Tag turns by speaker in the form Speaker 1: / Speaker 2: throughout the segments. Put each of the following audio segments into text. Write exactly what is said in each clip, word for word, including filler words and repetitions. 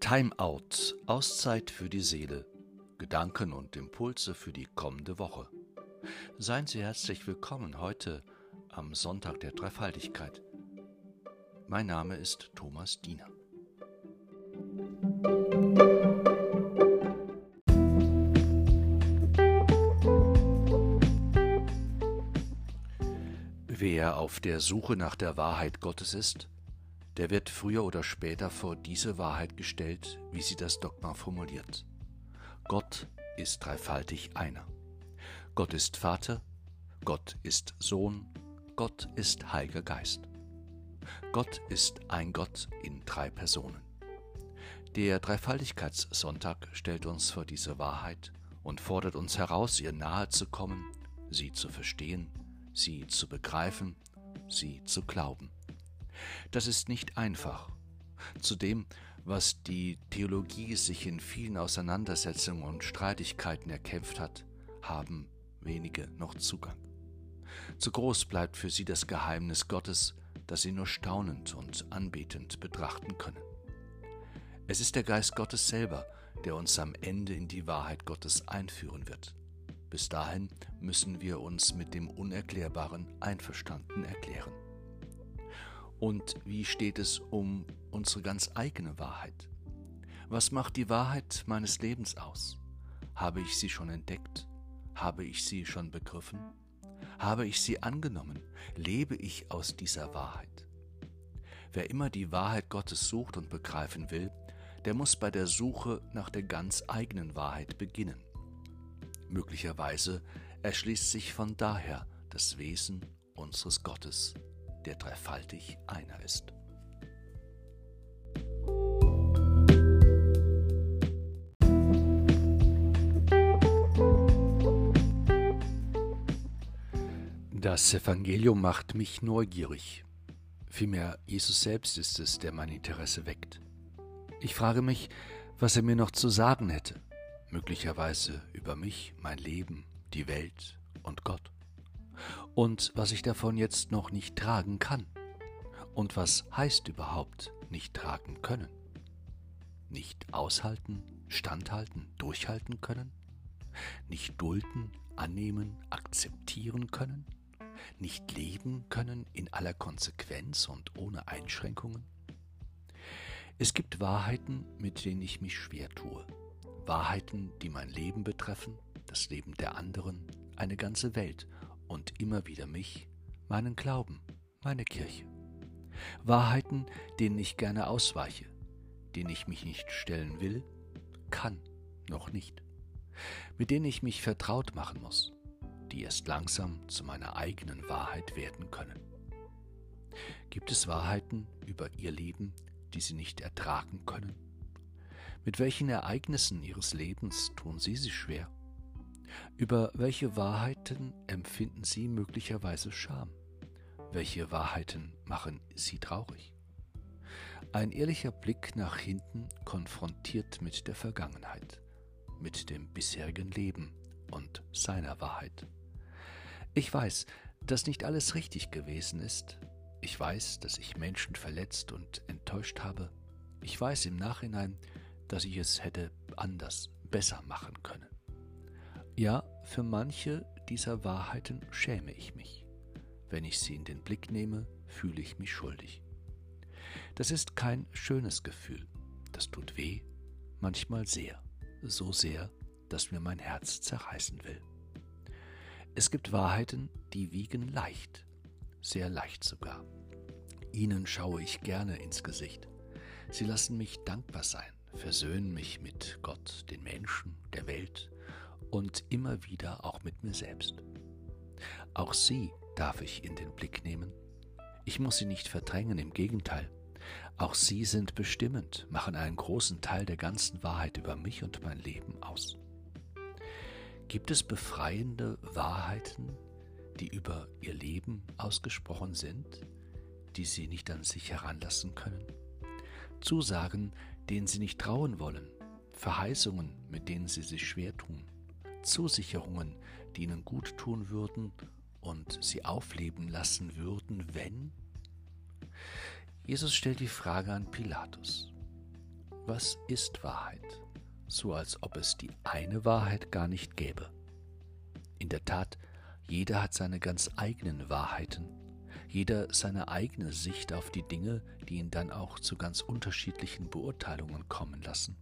Speaker 1: Timeout, Auszeit für die Seele, Gedanken und Impulse für die kommende Woche. Seien Sie herzlich willkommen heute am Sonntag der Dreifaltigkeit. Mein Name ist Thomas Diener. Wer auf der Suche nach der Wahrheit Gottes ist, der wird früher oder später vor diese Wahrheit gestellt, wie sie das Dogma formuliert. Gott ist dreifaltig einer. Gott ist Vater, Gott ist Sohn, Gott ist Heiliger Geist. Gott ist ein Gott in drei Personen. Der Dreifaltigkeitssonntag stellt uns vor diese Wahrheit und fordert uns heraus, ihr nahe zu kommen, sie zu verstehen, sie zu begreifen, sie zu glauben. Das ist nicht einfach. Zu dem, was die Theologie sich in vielen Auseinandersetzungen und Streitigkeiten erkämpft hat, haben wenige noch Zugang. Zu groß bleibt für sie das Geheimnis Gottes, das sie nur staunend und anbetend betrachten können. Es ist der Geist Gottes selber, der uns am Ende in die Wahrheit Gottes einführen wird. Bis dahin müssen wir uns mit dem Unerklärbaren einverstanden erklären. Und wie steht es um unsere ganz eigene Wahrheit? Was macht die Wahrheit meines Lebens aus? Habe ich sie schon entdeckt? Habe ich sie schon begriffen? Habe ich sie angenommen? Lebe ich aus dieser Wahrheit? Wer immer die Wahrheit Gottes sucht und begreifen will, der muss bei der Suche nach der ganz eigenen Wahrheit beginnen. Möglicherweise erschließt sich von daher das Wesen unseres Gottes, der dreifaltig einer ist. Das Evangelium macht mich neugierig. Vielmehr Jesus selbst ist es, der mein Interesse weckt. Ich frage mich, was er mir noch zu sagen hätte, möglicherweise über mich, mein Leben, die Welt und Gott. Und was ich davon jetzt noch nicht tragen kann. Und was heißt überhaupt nicht tragen können? Nicht aushalten, standhalten, durchhalten können? Nicht dulden, annehmen, akzeptieren können? Nicht leben können in aller Konsequenz und ohne Einschränkungen? Es gibt Wahrheiten, mit denen ich mich schwer tue. Wahrheiten, die mein Leben betreffen, das Leben der anderen, eine ganze Welt und immer wieder mich, meinen Glauben, meine Kirche. Wahrheiten, denen ich gerne ausweiche, denen ich mich nicht stellen will, kann, noch nicht, mit denen ich mich vertraut machen muss, die erst langsam zu meiner eigenen Wahrheit werden können. Gibt es Wahrheiten über ihr Leben, die sie nicht ertragen können? Mit welchen Ereignissen ihres Lebens tun sie sich schwer? Über welche Wahrheiten empfinden Sie möglicherweise Scham? Welche Wahrheiten machen Sie traurig? Ein ehrlicher Blick nach hinten konfrontiert mit der Vergangenheit, mit dem bisherigen Leben und seiner Wahrheit. Ich weiß, dass nicht alles richtig gewesen ist. Ich weiß, dass ich Menschen verletzt und enttäuscht habe. Ich weiß im Nachhinein, dass ich es hätte anders, besser machen können. Ja, für manche dieser Wahrheiten schäme ich mich. Wenn ich sie in den Blick nehme, fühle ich mich schuldig. Das ist kein schönes Gefühl. Das tut weh, manchmal sehr, so sehr, dass mir mein Herz zerreißen will. Es gibt Wahrheiten, die wiegen leicht, sehr leicht sogar. Ihnen schaue ich gerne ins Gesicht. Sie lassen mich dankbar sein, versöhnen mich mit Gott, den Menschen, der Welt und immer wieder auch mit mir selbst. Auch sie darf ich in den Blick nehmen. Ich muss sie nicht verdrängen, im Gegenteil. Auch sie sind bestimmend, machen einen großen Teil der ganzen Wahrheit über mich und mein Leben aus. Gibt es befreiende Wahrheiten, die über ihr Leben ausgesprochen sind, die sie nicht an sich heranlassen können? Zusagen, denen sie nicht trauen wollen, Verheißungen, mit denen sie sich schwer tun, Zusicherungen, die ihnen gut tun würden und sie aufleben lassen würden, wenn? Jesus stellt die Frage an Pilatus. Was ist Wahrheit? So als ob es die eine Wahrheit gar nicht gäbe. In der Tat, jeder hat seine ganz eigenen Wahrheiten, jeder seine eigene Sicht auf die Dinge, die ihn dann auch zu ganz unterschiedlichen Beurteilungen kommen lassen.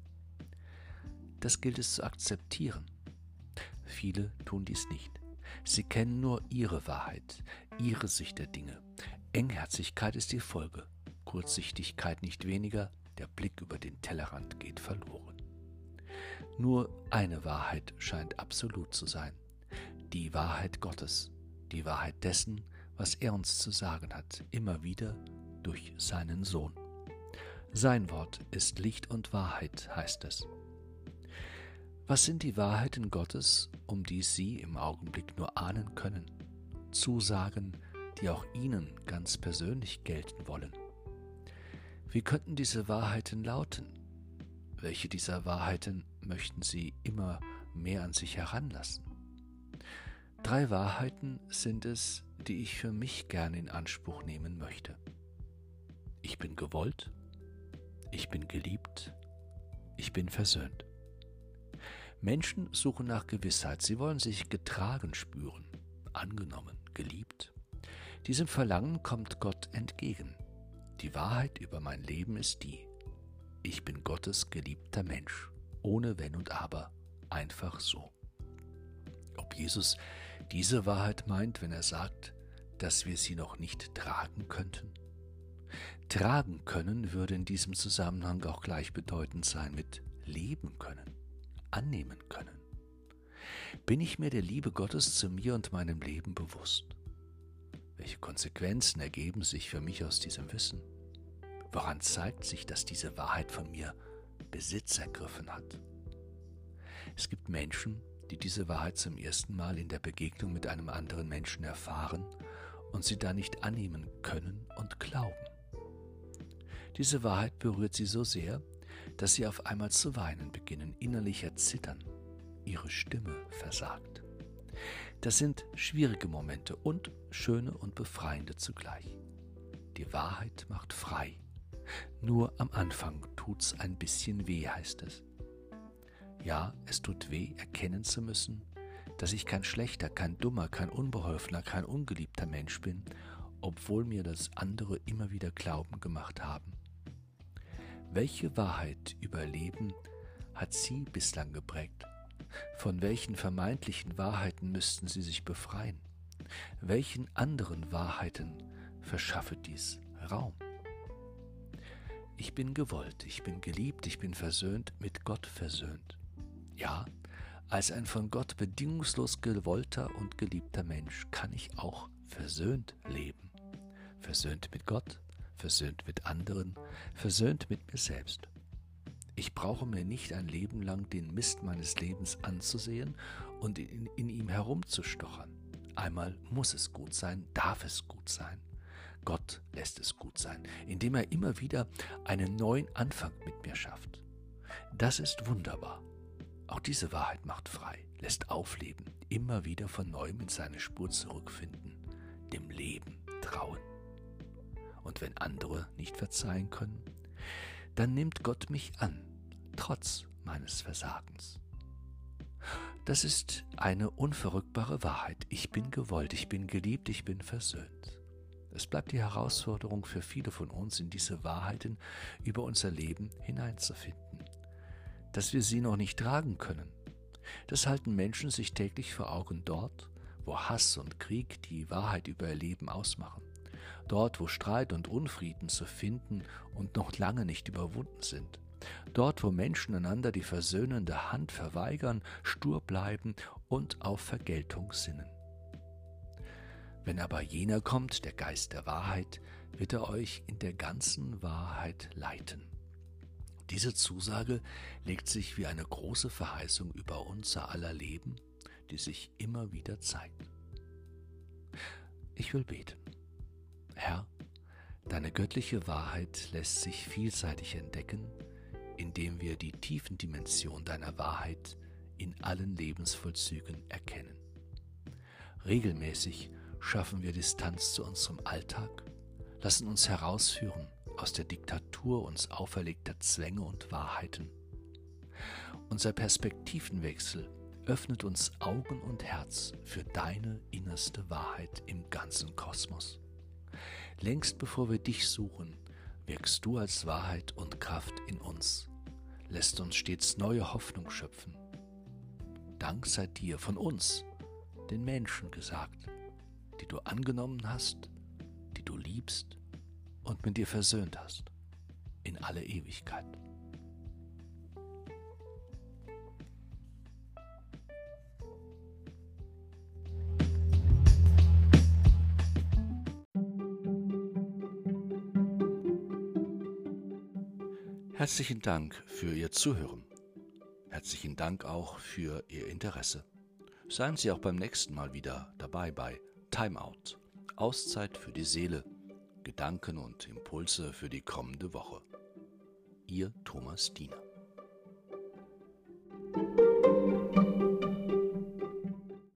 Speaker 1: Das gilt es zu akzeptieren. Viele tun dies nicht. Sie kennen nur ihre Wahrheit, ihre Sicht der Dinge. Engherzigkeit ist die Folge, Kurzsichtigkeit nicht weniger, der Blick über den Tellerrand geht verloren. Nur eine Wahrheit scheint absolut zu sein, die Wahrheit Gottes, die Wahrheit dessen, was er uns zu sagen hat, immer wieder durch seinen Sohn. Sein Wort ist Licht und Wahrheit, heißt es. Was sind die Wahrheiten Gottes, um die Sie im Augenblick nur ahnen können? Zusagen, die auch Ihnen ganz persönlich gelten wollen. Wie könnten diese Wahrheiten lauten? Welche dieser Wahrheiten möchten Sie immer mehr an sich heranlassen? Drei Wahrheiten sind es, die ich für mich gern in Anspruch nehmen möchte. Ich bin gewollt, ich bin geliebt, ich bin versöhnt. Menschen suchen nach Gewissheit, sie wollen sich getragen spüren, angenommen, geliebt. Diesem Verlangen kommt Gott entgegen. Die Wahrheit über mein Leben ist die: Ich bin Gottes geliebter Mensch, ohne Wenn und Aber, einfach so. Ob Jesus diese Wahrheit meint, wenn er sagt, dass wir sie noch nicht tragen könnten? Tragen können würde in diesem Zusammenhang auch gleichbedeutend sein mit leben können, annehmen können. Bin ich mir der Liebe Gottes zu mir und meinem Leben bewusst? Welche Konsequenzen ergeben sich für mich aus diesem Wissen? Woran zeigt sich, dass diese Wahrheit von mir Besitz ergriffen hat? Es gibt Menschen, die diese Wahrheit zum ersten Mal in der Begegnung mit einem anderen Menschen erfahren und sie da nicht annehmen können und glauben. Diese Wahrheit berührt sie so sehr, dass sie auf einmal zu weinen beginnen, innerlich erzittern. Ihre Stimme versagt. Das sind schwierige Momente und schöne und befreiende zugleich. Die Wahrheit macht frei. Nur am Anfang tut's ein bisschen weh, heißt es. Ja, es tut weh, erkennen zu müssen, dass ich kein schlechter, kein dummer, kein unbeholfener, kein ungeliebter Mensch bin, obwohl mir das andere immer wieder Glauben gemacht haben. Welche Wahrheit über Leben hat Sie bislang geprägt? Von welchen vermeintlichen Wahrheiten müssten Sie sich befreien? Welchen anderen Wahrheiten verschaffe dies Raum? Ich bin gewollt, ich bin geliebt, ich bin versöhnt, mit Gott versöhnt. Ja, als ein von Gott bedingungslos gewollter und geliebter Mensch kann ich auch versöhnt leben. Versöhnt mit Gott, versöhnt mit anderen, versöhnt mit mir selbst. Ich brauche mir nicht ein Leben lang den Mist meines Lebens anzusehen und in, in ihm herumzustochern. Einmal muss es gut sein, darf es gut sein. Gott lässt es gut sein, indem er immer wieder einen neuen Anfang mit mir schafft. Das ist wunderbar. Auch diese Wahrheit macht frei, lässt aufleben, immer wieder von neuem in seine Spur zurückfinden, dem Leben trauen. Und wenn andere nicht verzeihen können, dann nimmt Gott mich an, trotz meines Versagens. Das ist eine unverrückbare Wahrheit. Ich bin gewollt, ich bin geliebt, ich bin versöhnt. Es bleibt die Herausforderung für viele von uns, in diese Wahrheiten über unser Leben hineinzufinden. Dass wir sie noch nicht tragen können, das halten Menschen sich täglich vor Augen dort, wo Hass und Krieg die Wahrheit über ihr Leben ausmachen. Dort, wo Streit und Unfrieden zu finden und noch lange nicht überwunden sind. Dort, wo Menschen einander die versöhnende Hand verweigern, stur bleiben und auf Vergeltung sinnen. Wenn aber jener kommt, der Geist der Wahrheit, wird er euch in der ganzen Wahrheit leiten. Diese Zusage legt sich wie eine große Verheißung über unser aller Leben, die sich immer wieder zeigt. Ich will beten. Herr, deine göttliche Wahrheit lässt sich vielseitig entdecken, indem wir die tiefen Dimensionen deiner Wahrheit in allen Lebensvollzügen erkennen. Regelmäßig schaffen wir Distanz zu unserem Alltag, lassen uns herausführen aus der Diktatur uns auferlegter Zwänge und Wahrheiten. Unser Perspektivenwechsel öffnet uns Augen und Herz für deine innerste Wahrheit im ganzen Kosmos. Längst bevor wir dich suchen, wirkst du als Wahrheit und Kraft in uns, lässt uns stets neue Hoffnung schöpfen. Dank sei dir von uns, den Menschen gesagt, die du angenommen hast, die du liebst und mit dir versöhnt hast, in alle Ewigkeit. Herzlichen Dank für Ihr Zuhören. Herzlichen Dank auch für Ihr Interesse. Seien Sie auch beim nächsten Mal wieder dabei bei Time Out, Auszeit für die Seele, Gedanken und Impulse für die kommende Woche. Ihr Thomas Diener.